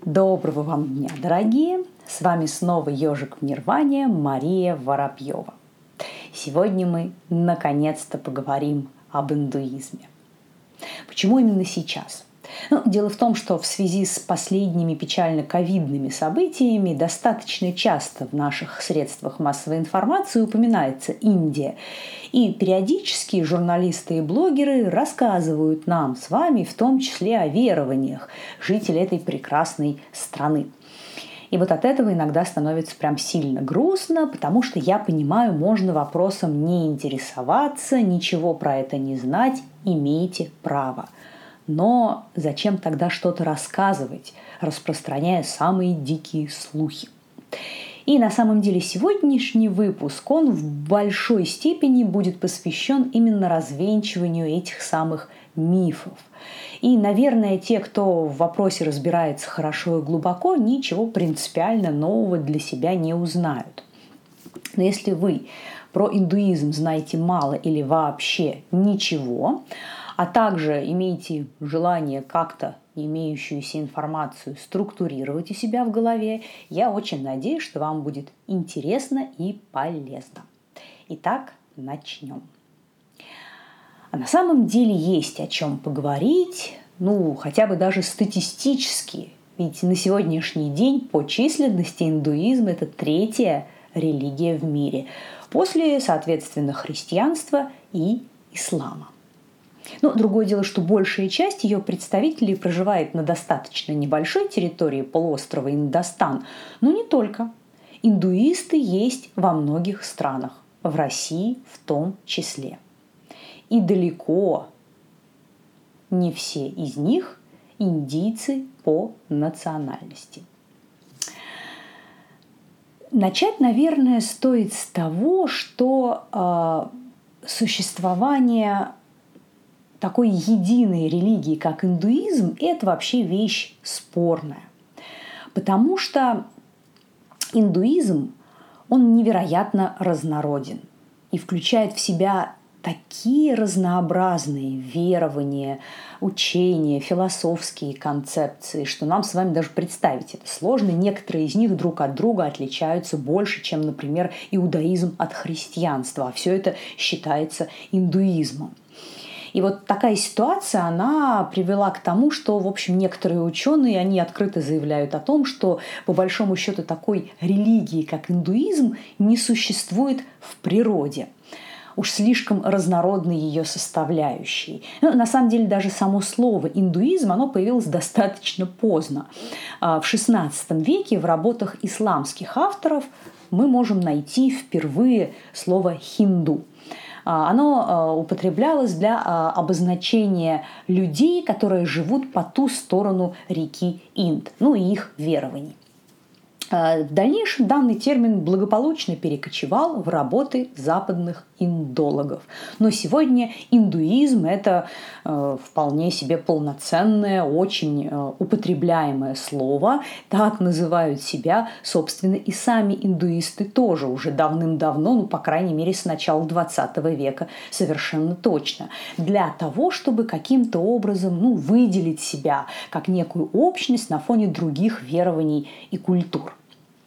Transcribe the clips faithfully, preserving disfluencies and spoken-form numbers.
Доброго вам дня, дорогие! С вами снова ежик в Нирване, Мария Воробьева. Сегодня мы наконец-то поговорим об индуизме. Почему именно сейчас? Ну, дело в том, что в связи с последними печально-ковидными событиями достаточно часто в наших средствах массовой информации упоминается Индия. И периодически журналисты и блогеры рассказывают нам с вами, в том числе о верованиях жителей этой прекрасной страны. И вот от этого иногда становится прям сильно грустно, потому что, я понимаю, можно вопросом не интересоваться, ничего про это не знать, имеете право. Но зачем тогда что-то рассказывать, распространяя самые дикие слухи? И на самом деле сегодняшний выпуск, он в большой степени будет посвящен именно развенчиванию этих самых мифов. И, наверное, те, кто в вопросе разбирается хорошо и глубоко, ничего принципиально нового для себя не узнают. Но если вы про индуизм знаете мало или вообще ничего, а также имеете желание как-то имеющуюся информацию структурировать у себя в голове, я очень надеюсь, что вам будет интересно и полезно. Итак, начнем. А на самом деле есть о чем поговорить, ну, хотя бы даже статистически. Ведь на сегодняшний день по численности индуизм – это третья религия в мире, после, соответственно, христианства и ислама. Но другое дело, что большая часть ее представителей проживает на достаточно небольшой территории полуострова Индостан, но не только. Индуисты есть во многих странах, в России в том числе. И далеко не все из них индийцы по национальности. Начать, наверное, стоит с того, что э, существование такой единой религии, как индуизм, это вообще вещь спорная. Потому что индуизм, он невероятно разнороден и включает в себя такие разнообразные верования, учения, философские концепции, что нам с вами даже представить это сложно. Некоторые из них друг от друга отличаются больше, чем, например, иудаизм от христианства, а все это считается индуизмом. И вот такая ситуация, она привела к тому, что, в общем, некоторые ученые, они открыто заявляют о том, что, по большому счету, такой религии, как индуизм, не существует в природе. Уж слишком разнородны ее составляющие. Ну, на самом деле, даже само слово «индуизм» оно появилось достаточно поздно. В шестнадцатом веке в работах исламских авторов мы можем найти впервые слово «хинду». Оно употреблялось для обозначения людей, которые живут по ту сторону реки Инд, ну и их верований. В дальнейшем данный термин благополучно перекочевал в работы западных индологов. Но сегодня индуизм – это э, вполне себе полноценное, очень э, употребляемое слово. Так называют себя, собственно, и сами индуисты тоже уже давным-давно, ну, по крайней мере, с начала двадцатого века, совершенно точно. Для того, чтобы каким-то образом ну, выделить себя как некую общность на фоне других верований и культур.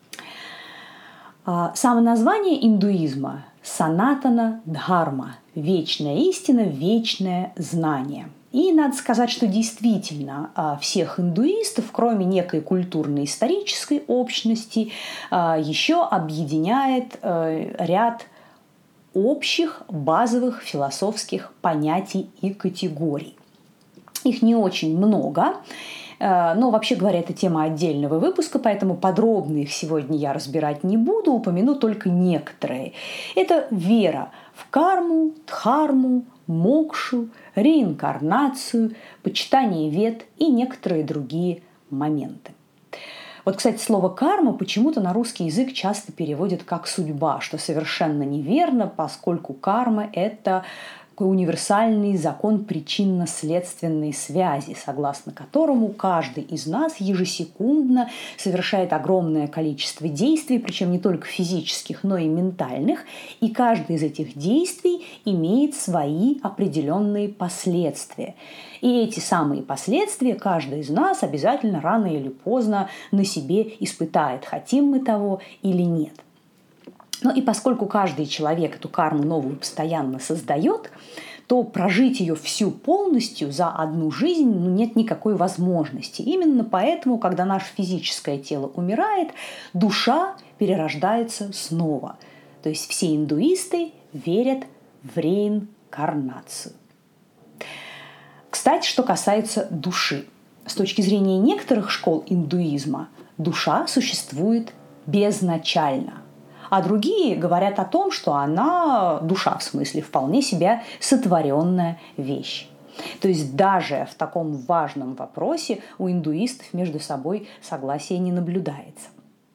Само название индуизма – Санатана Дхарма – вечная истина, вечное знание. И надо сказать, что действительно всех индуистов, кроме некой культурно-исторической общности, еще объединяет ряд общих базовых философских понятий и категорий. Их не очень много. Но, вообще говоря, это тема отдельного выпуска, поэтому подробно их сегодня я разбирать не буду, упомяну только некоторые. Это вера в карму, дхарму, мокшу, реинкарнацию, почитание вед и некоторые другие моменты. Вот, кстати, слово «карма» почему-то на русский язык часто переводят как «судьба», что совершенно неверно, поскольку карма – это такой универсальный закон причинно-следственной связи, согласно которому каждый из нас ежесекундно совершает огромное количество действий, причем не только физических, но и ментальных, и каждый из этих действий имеет свои определенные последствия. И эти самые последствия каждый из нас обязательно рано или поздно на себе испытает, хотим мы того или нет. Ну и поскольку каждый человек эту карму новую постоянно создает, то прожить ее всю полностью за одну жизнь ну, нет никакой возможности. Именно поэтому, когда наше физическое тело умирает, душа перерождается снова. То есть все индуисты верят в реинкарнацию. Кстати, что касается души. С точки зрения некоторых школ индуизма, душа существует безначально. А другие говорят о том, что она, душа в смысле, вполне себя сотворенная вещь. То есть даже в таком важном вопросе у индуистов между собой согласия не наблюдается.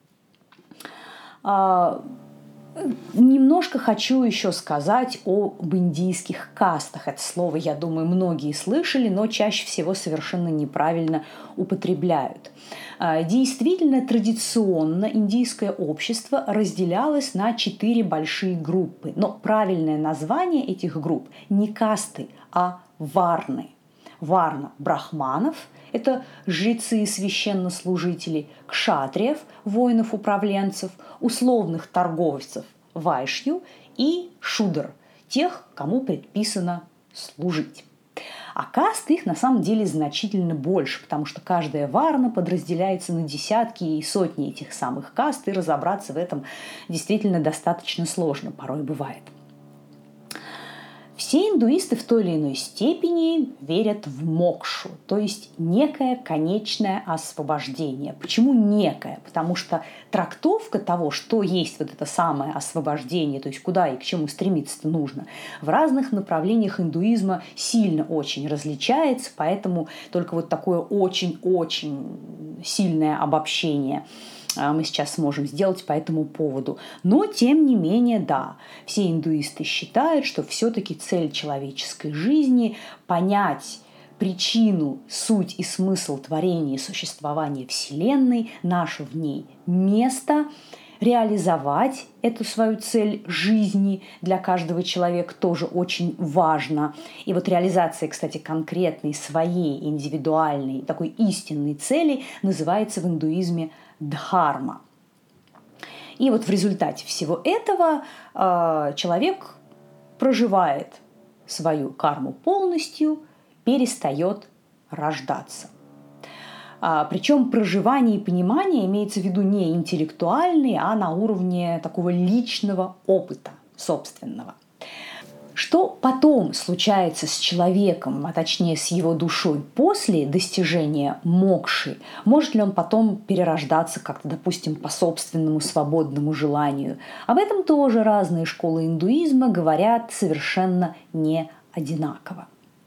Немножко хочу еще сказать об индийских кастах. Это слово, я думаю, многие слышали, но чаще всего совершенно неправильно употребляют. Действительно, традиционно индийское общество разделялось на четыре большие группы. Но правильное название этих групп не касты, а варны. Варна – брахманов, это жрецы и священнослужители, кшатриев, воинов-управленцев, условных торговцев, вайшью и шудр, тех, кому предписано служить. А касты их на самом деле значительно больше, потому что каждая варна подразделяется на десятки и сотни этих самых каст, и разобраться в этом действительно достаточно сложно, порой бывает. Все индуисты в той или иной степени верят в мокшу, то есть некое конечное освобождение. Почему некое? Потому что трактовка того, что есть вот это самое освобождение, то есть куда и к чему стремиться нужно, в разных направлениях индуизма сильно очень различается, поэтому только вот такое очень-очень сильное обобщение мы сейчас сможем сделать по этому поводу. Но, тем не менее, да, все индуисты считают, что все-таки цель человеческой жизни – понять причину, суть и смысл творения и существования Вселенной, наше в ней место, реализовать эту свою цель жизни для каждого человека тоже очень важно. И вот реализация, кстати, конкретной своей индивидуальной, такой истинной цели называется в индуизме дхарма. И вот в результате всего этого э, человек проживает свою карму полностью, перестает рождаться. А, причем проживание и понимание имеется в виду не интеллектуальный, а на уровне такого личного опыта собственного. Что потом случается с человеком, а точнее с его душой после достижения мокши? Может ли он потом перерождаться как-то, допустим, по собственному свободному желанию? Об этом тоже разные школы индуизма говорят совершенно не одинаково.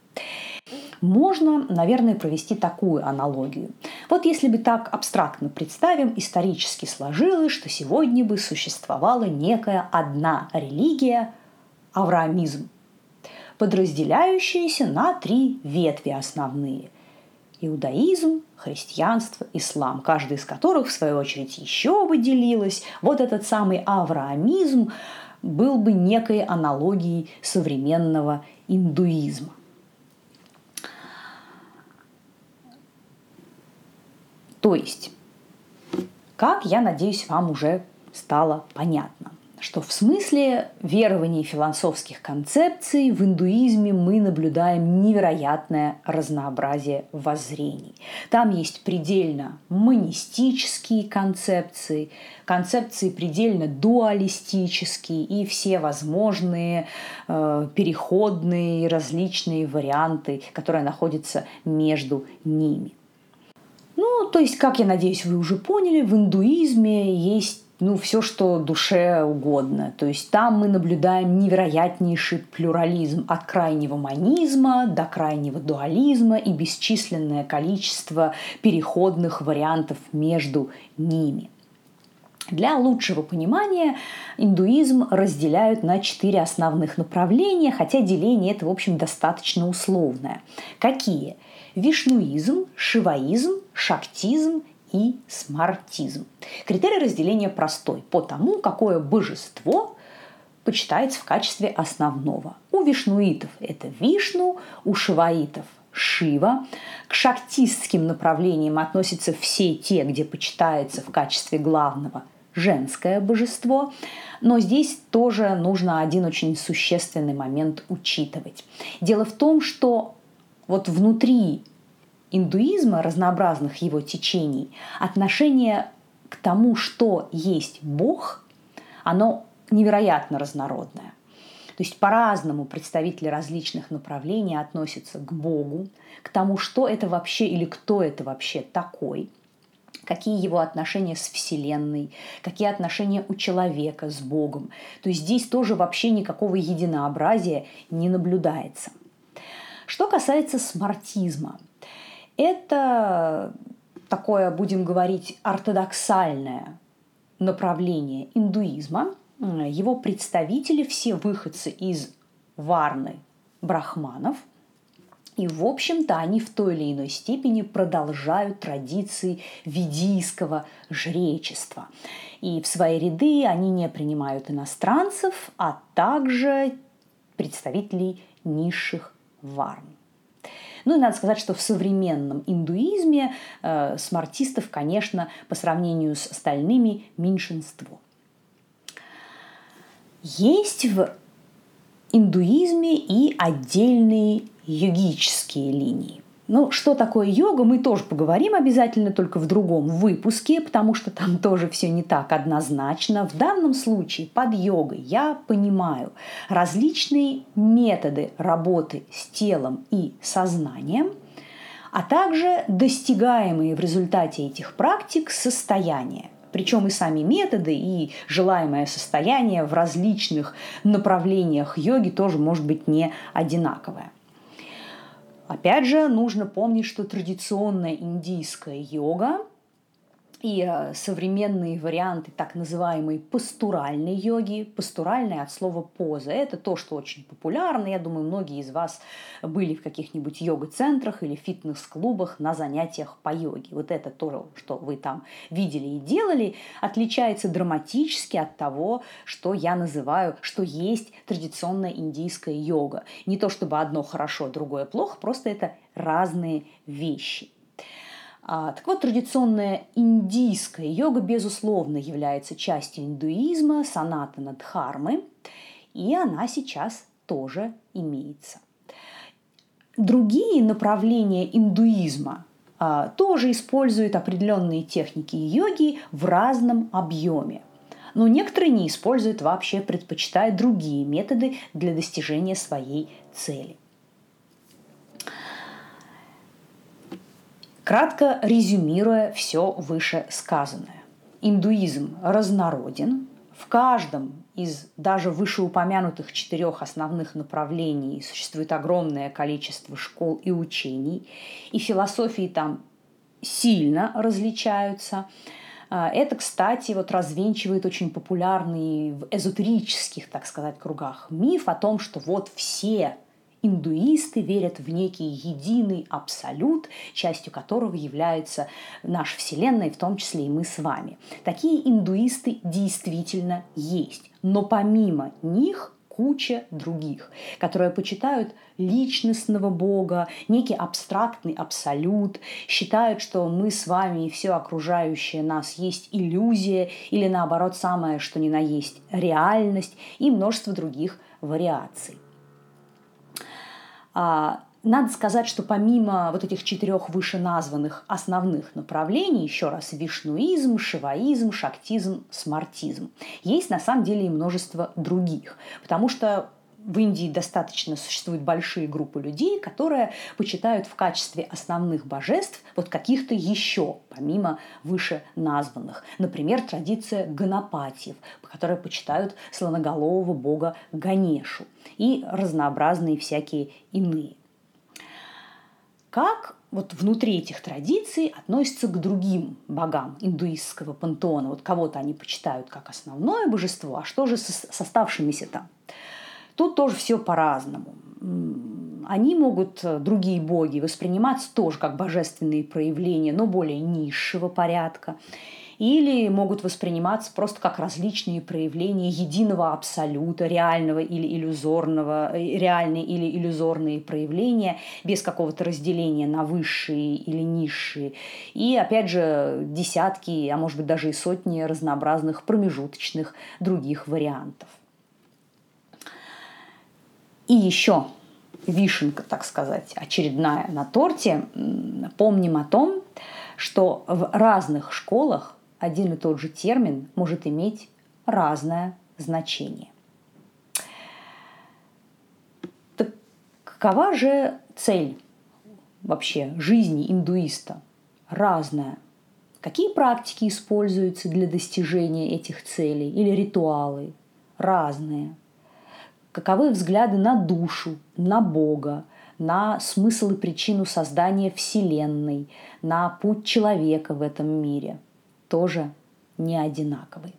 Можно, наверное, провести такую аналогию. Вот если бы так абстрактно представим, исторически сложилось, что сегодня бы существовала некая одна религия – авраамизм, подразделяющаяся на три ветви основные – иудаизм, христианство, ислам, каждый из которых, в свою очередь, еще бы делилась. Вот этот самый авраамизм был бы некой аналогией современного индуизма. То есть, как, я надеюсь, вам уже стало понятно, что в смысле верований и философских концепций в индуизме мы наблюдаем невероятное разнообразие воззрений. Там есть предельно монистические концепции, концепции предельно дуалистические и все возможные э, переходные различные варианты, которые находятся между ними. Ну, то есть, как я надеюсь, вы уже поняли, в индуизме есть ну, все, что душе угодно. То есть там мы наблюдаем невероятнейший плюрализм от крайнего монизма до крайнего дуализма и бесчисленное количество переходных вариантов между ними. Для лучшего понимания индуизм разделяют на четыре основных направления, хотя деление это, в общем, достаточно условное. Какие? Вишнуизм, шиваизм, шактизм и смартизм. Критерий разделения простой – по тому, какое божество почитается в качестве основного. У вишнуитов это Вишну, у шиваитов – Шива. К шактистским направлениям относятся все те, где почитается в качестве главного женское божество. Но здесь тоже нужно один очень существенный момент учитывать. Дело в том, что вот внутри индуизма, разнообразных его течений, отношение к тому, что есть Бог, оно невероятно разнородное. То есть по-разному представители различных направлений относятся к Богу, к тому, что это вообще или кто это вообще такой, какие его отношения с Вселенной, какие отношения у человека с Богом. То есть здесь тоже вообще никакого единообразия не наблюдается. Что касается смартизма, это такое, будем говорить, ортодоксальное направление индуизма. Его представители все выходцы из варны брахманов. И, в общем-то, они в той или иной степени продолжают традиции ведийского жречества. И в свои ряды они не принимают иностранцев, а также представителей низших варн. Ну и надо сказать, что в современном индуизме э, смартистов, конечно, по сравнению с остальными меньшинство. Есть в индуизме и отдельные йогические линии. Ну, что такое йога, мы тоже поговорим обязательно, только в другом выпуске, потому что там тоже все не так однозначно. В данном случае под йогой я понимаю различные методы работы с телом и сознанием, а также достигаемые в результате этих практик состояния. Причем и сами методы, и желаемое состояние в различных направлениях йоги тоже может быть не одинаковое. Опять же, нужно помнить, что традиционная индийская йога и современные варианты так называемой пастуральной йоги. Пастуральная от слова поза. Это то, что очень популярно. Я думаю, многие из вас были в каких-нибудь йога-центрах или фитнес-клубах на занятиях по йоге. Вот это то, что вы там видели и делали, отличается драматически от того, что я называю, что есть традиционная индийская йога. Не то чтобы одно хорошо, другое плохо, просто это разные вещи. Так вот, традиционная индийская йога, безусловно, является частью индуизма, санатана дхармы, и она сейчас тоже имеется. Другие направления индуизма а, тоже используют определенные техники йоги в разном объеме. Но некоторые не используют вообще, предпочитая другие методы для достижения своей цели. Кратко резюмируя все вышесказанное. Индуизм разнороден. В каждом из даже вышеупомянутых четырех основных направлений существует огромное количество школ и учений. И философии там сильно различаются. Это, кстати, вот развенчивает очень популярный в эзотерических, так сказать, кругах миф о том, что вот все индуисты верят в некий единый абсолют, частью которого является наша Вселенная, в том числе и мы с вами. Такие индуисты действительно есть, но помимо них куча других, которые почитают личностного Бога, некий абстрактный абсолют, считают, что мы с вами и все окружающее нас есть иллюзия или, наоборот, самое, что ни на есть реальность и множество других вариаций. Надо сказать, что помимо вот этих четырех вышеназванных основных направлений, еще раз, вишнуизм, шиваизм, шактизм, смартизм, есть на самом деле и множество других. Потому что в Индии достаточно существуют большие группы людей, которые почитают в качестве основных божеств вот каких-то еще, помимо вышеназванных. Например, традиция ганапатиев, которые почитают слоноголового бога Ганешу и разнообразные всякие иные. Как вот внутри этих традиций относятся к другим богам индуистского пантеона. Вот кого-то они почитают как основное божество, а что же с оставшимися там? Тут тоже все по-разному. Они могут, другие боги, восприниматься тоже как божественные проявления, но более низшего порядка. Или могут восприниматься просто как различные проявления единого абсолюта, реального или иллюзорного, реальные или иллюзорные проявления, без какого-то разделения на высшие или низшие. И, опять же, десятки, а может быть даже и сотни разнообразных промежуточных других вариантов. И еще вишенка, так сказать, очередная на торте. Помним о том, что в разных школах один и тот же термин может иметь разное значение. Так какова же цель вообще жизни индуиста? Разная. Какие практики используются для достижения этих целей или ритуалы? Разные. Каковы взгляды на душу, на Бога, на смысл и причину создания Вселенной, на путь человека в этом мире? Тоже не одинаковый.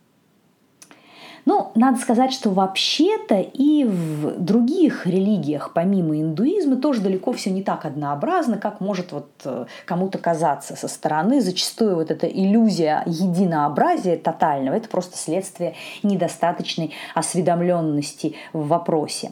Ну, надо сказать, что вообще-то и в других религиях, помимо индуизма, тоже далеко все не так однообразно, как может вот кому-то казаться со стороны. Зачастую вот эта иллюзия единообразия тотального – это просто следствие недостаточной осведомленности в вопросе.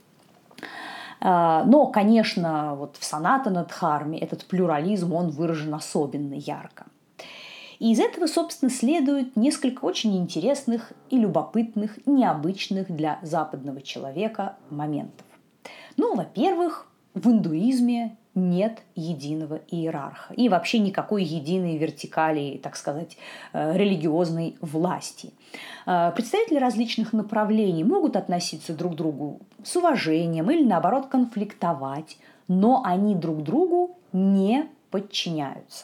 Но, конечно, вот в Санатана-дхарме этот плюрализм, он выражен особенно ярко. И из этого, собственно, следует несколько очень интересных и любопытных, необычных для западного человека моментов. Ну, во-первых, в индуизме нет единого иерарха и вообще никакой единой вертикали, так сказать, религиозной власти. Представители различных направлений могут относиться друг к другу с уважением или, наоборот, конфликтовать, но они друг другу не подчиняются.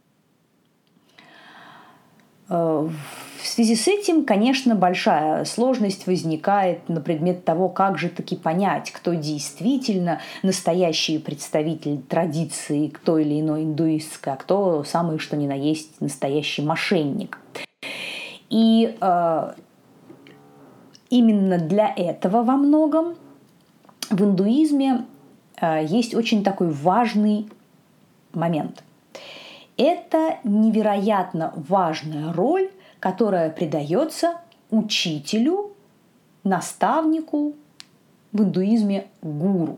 В связи с этим, конечно, большая сложность возникает на предмет того, как же таки понять, кто действительно настоящий представитель традиции той или иной индуистской, а кто самый что ни на есть настоящий мошенник. И э, именно для этого во многом в индуизме э, есть очень такой важный момент – это невероятно важная роль, которая придается учителю, наставнику, в индуизме гуру.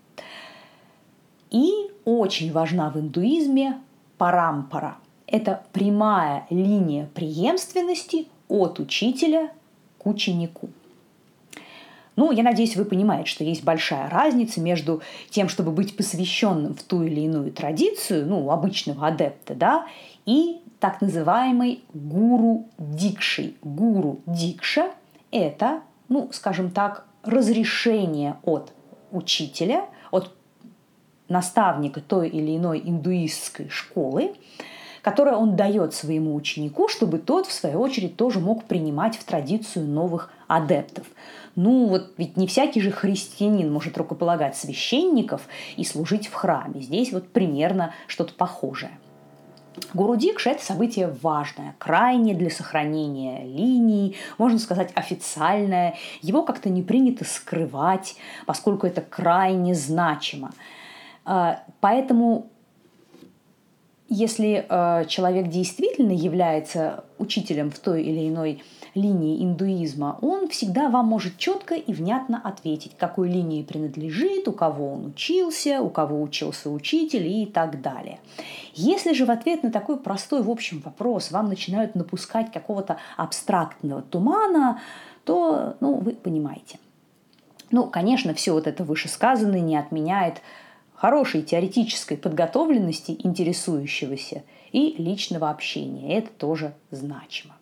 И очень важна в индуизме парампара. Это прямая линия преемственности от учителя к ученику. Ну, я надеюсь, вы понимаете, что есть большая разница между тем, чтобы быть посвященным в ту или иную традицию, ну, обычного адепта, да, и так называемой гуру-дикшей. Гуру-дикша – это, ну, скажем так, разрешение от учителя, от наставника той или иной индуистской школы, которое он дает своему ученику, чтобы тот, в свою очередь, тоже мог принимать в традицию новых адептов. Ну, вот ведь не всякий же христианин может рукополагать священников и служить в храме. Здесь вот примерно что-то похожее. Гуру-дикша – это событие важное, крайне для сохранения линий, можно сказать, официальное. Его как-то не принято скрывать, поскольку это крайне значимо. Поэтому если э, человек действительно является учителем в той или иной линии индуизма, он всегда вам может четко и внятно ответить, к какой линии принадлежит, у кого он учился, у кого учился учитель и так далее. Если же в ответ на такой простой, в общем, вопрос вам начинают напускать какого-то абстрактного тумана, то, ну, вы понимаете. Ну, конечно, все вот это вышесказанное не отменяет хорошей теоретической подготовленности интересующегося и личного общения. Это тоже значимо.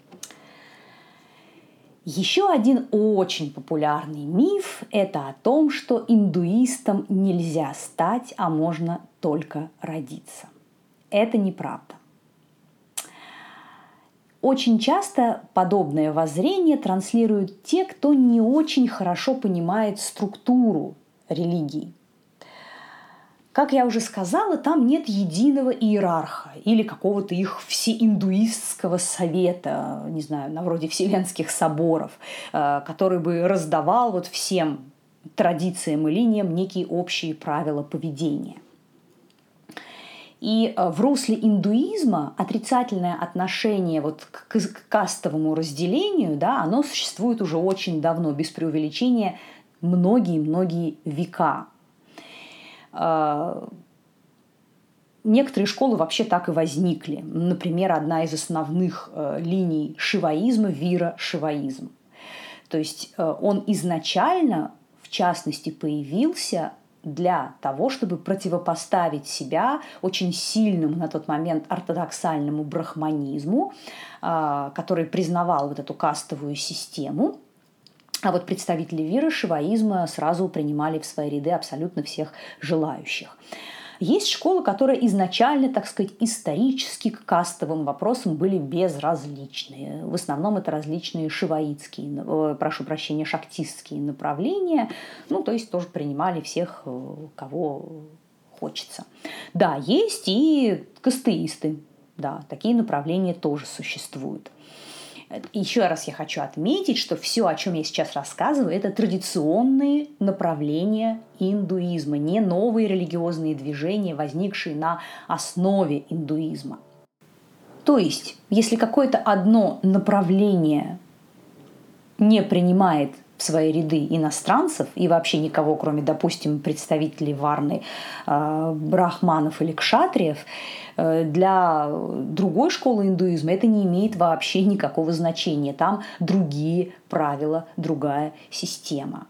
Еще один очень популярный миф – это о том, что индуистом нельзя стать, а можно только родиться. Это неправда. Очень часто подобное воззрение транслируют те, кто не очень хорошо понимает структуру религии. Как я уже сказала, там нет единого иерарха или какого-то их всеиндуистского совета, не знаю, на вроде Вселенских соборов, который бы раздавал вот всем традициям и линиям некие общие правила поведения. И в русле индуизма отрицательное отношение вот к кастовому разделению, да, оно существует уже очень давно, без преувеличения, многие-многие века. Некоторые школы вообще так и возникли. Например, одна из основных линий шиваизма – вира-шиваизм. То есть он изначально, в частности, появился для того, чтобы противопоставить себя очень сильному на тот момент ортодоксальному брахманизму, который признавал вот эту кастовую систему. А вот представители вира-шиваизма сразу принимали в свои ряды абсолютно всех желающих. Есть школы, которые изначально, так сказать, исторически к кастовым вопросам были безразличны. В основном это различные шиваитские, прошу прощения, шактистские направления. Ну, то есть тоже принимали всех, кого хочется. Да, есть и кастеисты. Да, такие направления тоже существуют. Еще раз я хочу отметить, что все, о чем я сейчас рассказываю, это традиционные направления индуизма, не новые религиозные движения, возникшие на основе индуизма. То есть, если какое-то одно направление не принимает в свои ряды иностранцев и вообще никого, кроме, допустим, представителей варны, брахманов или кшатриев, для другой школы индуизма это не имеет вообще никакого значения. Там другие правила, другая система.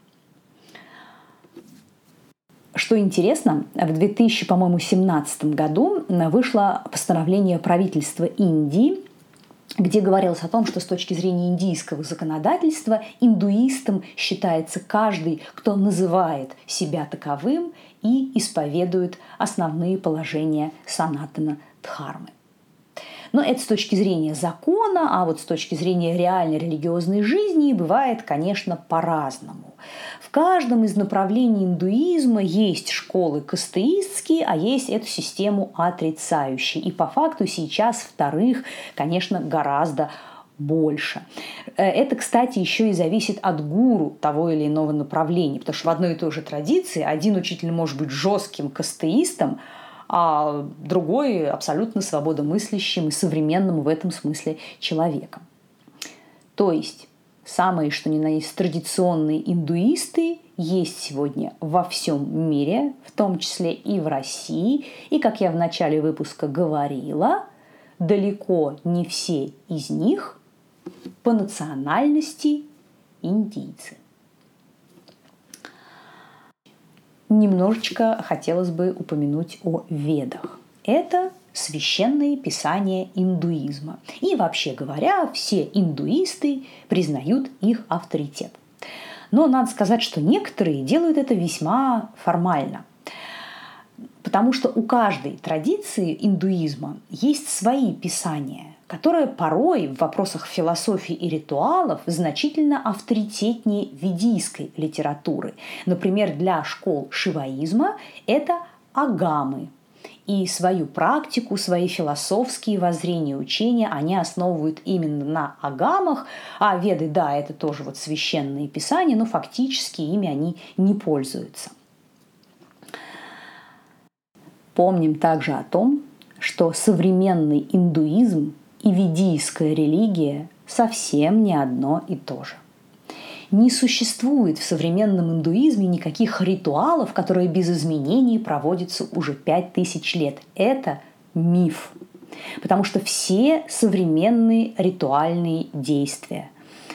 Что интересно, в две тысячи семнадцатом году вышло постановление правительства Индии, где говорилось о том, что с точки зрения индийского законодательства индуистом считается каждый, кто называет себя таковым и исповедует основные положения санатана дхармы. Но это с точки зрения закона, а вот с точки зрения реальной религиозной жизни бывает, конечно, по-разному. В каждом из направлений индуизма есть школы кастеистские, а есть эту систему отрицающие. И по факту сейчас вторых, конечно, гораздо больше. Это, кстати, еще и зависит от гуру того или иного направления, потому что в одной и той же традиции один учитель может быть жестким кастеистом, а другой абсолютно свободомыслящим и современным в этом смысле человеком. То есть самые, что ни на есть, традиционные индуисты есть сегодня во всем мире, в том числе и в России. И, как я в начале выпуска говорила, далеко не все из них по национальности индийцы. Немножечко хотелось бы упомянуть о Ведах. Это священные писания индуизма. И вообще говоря, все индуисты признают их авторитет. Но надо сказать, что некоторые делают это весьма формально. Потому что у каждой традиции индуизма есть свои писания, которые порой в вопросах философии и ритуалов значительно авторитетнее ведийской литературы. Например, для школ шиваизма это агамы. И свою практику, свои философские воззрения, учения они основывают именно на агамах. А Веды, да, это тоже вот священные писания, но фактически ими они не пользуются. Помним также о том, что современный индуизм и ведийская религия совсем не одно и то же. Не существует в современном индуизме никаких ритуалов, которые без изменений проводятся уже пять тысяч лет. Это миф. Потому что все современные ритуальные действия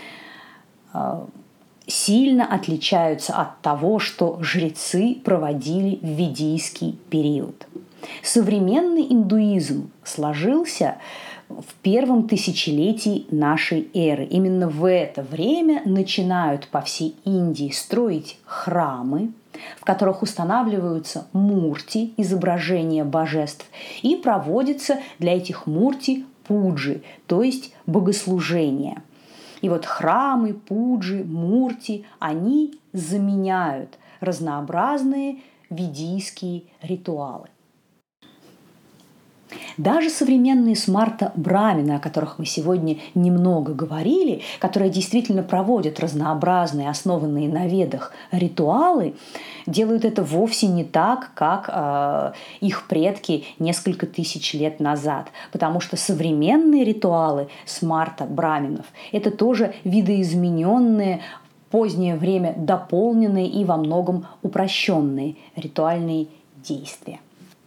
сильно отличаются от того, что жрецы проводили в ведийский период. Современный индуизм сложился в первом тысячелетии нашей эры. Именно в это время начинают по всей Индии строить храмы, в которых устанавливаются мурти, изображения божеств, и проводятся для этих мурти пуджи, то есть богослужения. И вот храмы, пуджи, мурти, они заменяют разнообразные ведийские ритуалы. Даже современные смарта-брамины, о которых мы сегодня немного говорили, которые действительно проводят разнообразные, основанные на ведах ритуалы, делают это вовсе не так, как э, их предки несколько тысяч лет назад. Потому что современные ритуалы смарта-браминов – это тоже видоизмененные, в позднее время дополненные и во многом упрощенные ритуальные действия.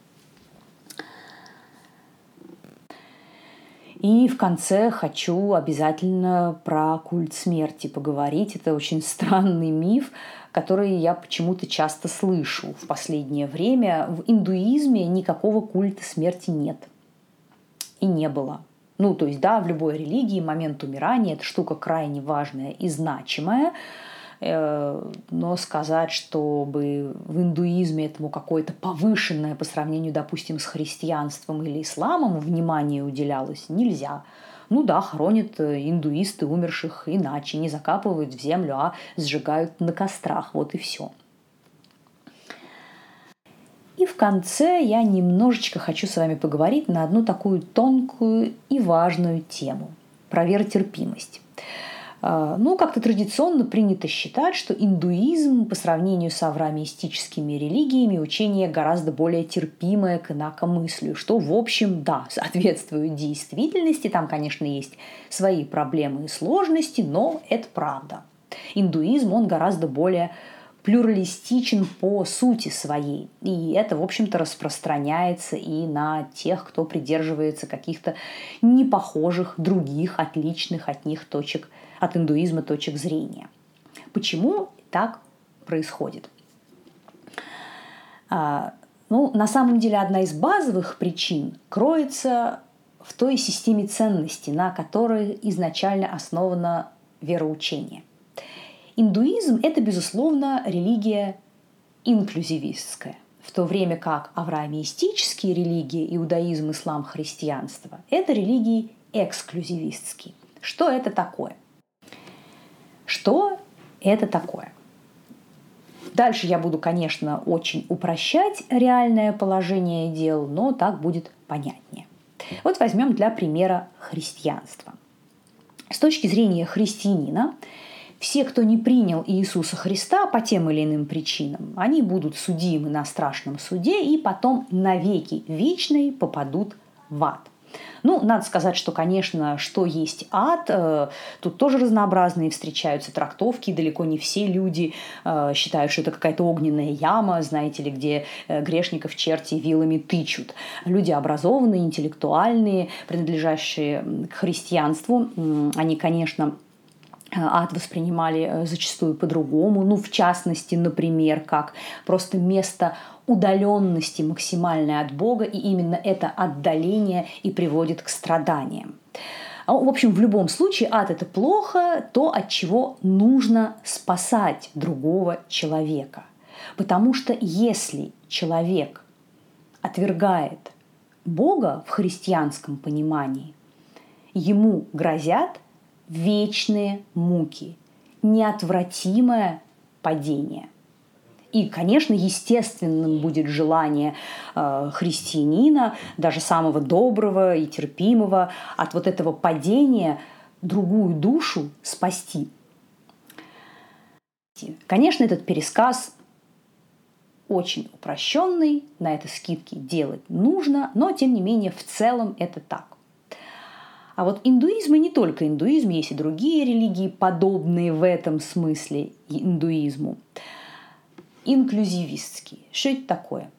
И в конце хочу обязательно про культ смерти поговорить. Это очень странный миф, который я почему-то часто слышу в последнее время. В индуизме никакого культа смерти нет. И не было. Ну, то есть, да, в любой религии момент умирания – это штука крайне важная и значимая. Но сказать, чтобы в индуизме этому какое-то повышенное по сравнению, допустим, с христианством или исламом внимание уделялось, нельзя. Ну да, хоронят индуисты умерших иначе, не закапывают в землю, а сжигают на кострах, вот и все. И в конце я немножечко хочу с вами поговорить на одну такую тонкую и важную тему – про веротерпимость. Ну, как-то традиционно принято считать, что индуизм по сравнению с авраамистическими религиями учение гораздо более терпимое к инакомыслию, что, в общем, да, соответствует действительности. Там, конечно, есть свои проблемы и сложности, но это правда. Индуизм, он гораздо более плюралистичен по сути своей. И это, в общем-то, распространяется и на тех, кто придерживается каких-то непохожих, других, отличных от них точек, от индуизма точек зрения. Почему так происходит? А, ну, на самом деле, одна из базовых причин кроется в той системе ценностей, на которой изначально основано вероучение. Индуизм – это, безусловно, религия инклюзивистская, в то время как авраамистические религии – иудаизм, ислам, христианство – это религии эксклюзивистские. Что это такое? Что это такое? Дальше я буду, конечно, очень упрощать реальное положение дел, но так будет понятнее. Вот возьмем для примера христианство. С точки зрения христианина, все, кто не принял Иисуса Христа по тем или иным причинам, они будут судимы на страшном суде и потом навеки вечные попадут в ад. Ну, надо сказать, что, конечно, что есть ад, тут тоже разнообразные встречаются трактовки. Далеко не все люди считают, что это какая-то огненная яма, знаете ли, где грешников черти вилами тычут. Люди образованные, интеллектуальные, принадлежащие к христианству, они, конечно, ад воспринимали зачастую по-другому. Ну, в частности, например, как просто место удаленности максимальной от Бога, и именно это отдаление и приводит к страданиям. В общем, в любом случае, ад – это плохо, то, от чего нужно спасать другого человека. Потому что если человек отвергает Бога в христианском понимании, ему грозят вечные муки, неотвратимое падение. И, конечно, естественным будет желание э, христианина, даже самого доброго и терпимого, от вот этого падения другую душу спасти. Конечно, этот пересказ очень упрощенный, на это скидки делать нужно, но, тем не менее, в целом это так. А вот индуизм, и не только индуизм, есть и другие религии, подобные в этом смысле индуизму. Инклюзивистские. Что это такое?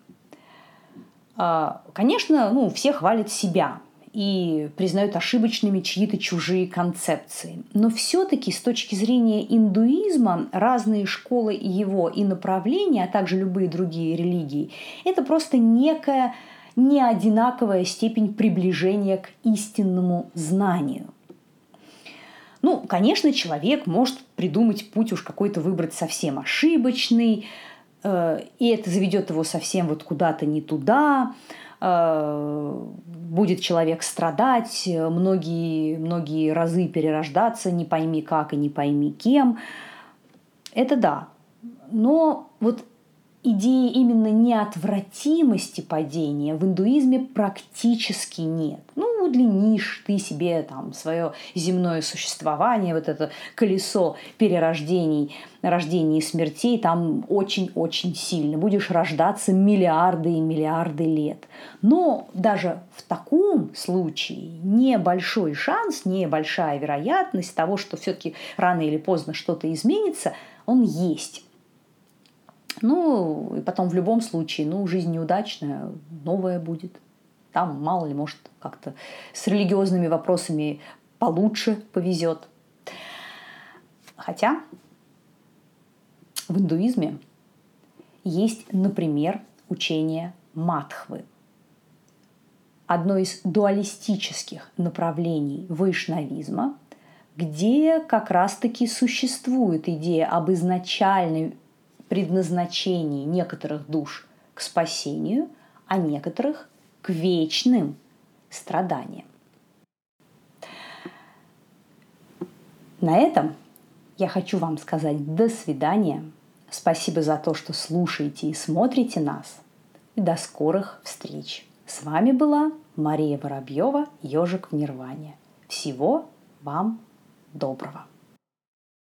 Конечно, ну, все хвалят себя и признают ошибочными чьи-то чужие концепции. Но все-таки с точки зрения индуизма разные школы его и направления, а также любые другие религии, это просто некая неодинаковая степень приближения к истинному знанию. Ну, конечно, человек может придумать путь уж какой-то выбрать совсем ошибочный, э, и это заведет его совсем вот куда-то не туда, э, будет человек страдать, многие, многие разы перерождаться, не пойми как и не пойми кем. Это да. Но вот идеи именно неотвратимости падения в индуизме практически нет. Ну, удлинишь ты себе там свое земное существование, вот это колесо перерождений, рождений и смертей там очень-очень сильно. Будешь рождаться миллиарды и миллиарды лет. Но даже в таком случае небольшой шанс, небольшая вероятность того, что все-таки рано или поздно что-то изменится, он есть. Ну, и потом в любом случае, ну, жизнь неудачная, новая будет. Там, мало ли, может, как-то с религиозными вопросами получше повезет. Хотя в индуизме есть, например, учение Мадхвы. Одно из дуалистических направлений вайшнавизма, где как раз-таки существует идея об изначальной предназначении некоторых душ к спасению, а некоторых к вечным страданиям. На этом я хочу вам сказать до свидания. Спасибо за то, что слушаете и смотрите нас. И до скорых встреч. С вами была Мария Воробьева, Ежик в Нирване. Всего вам доброго.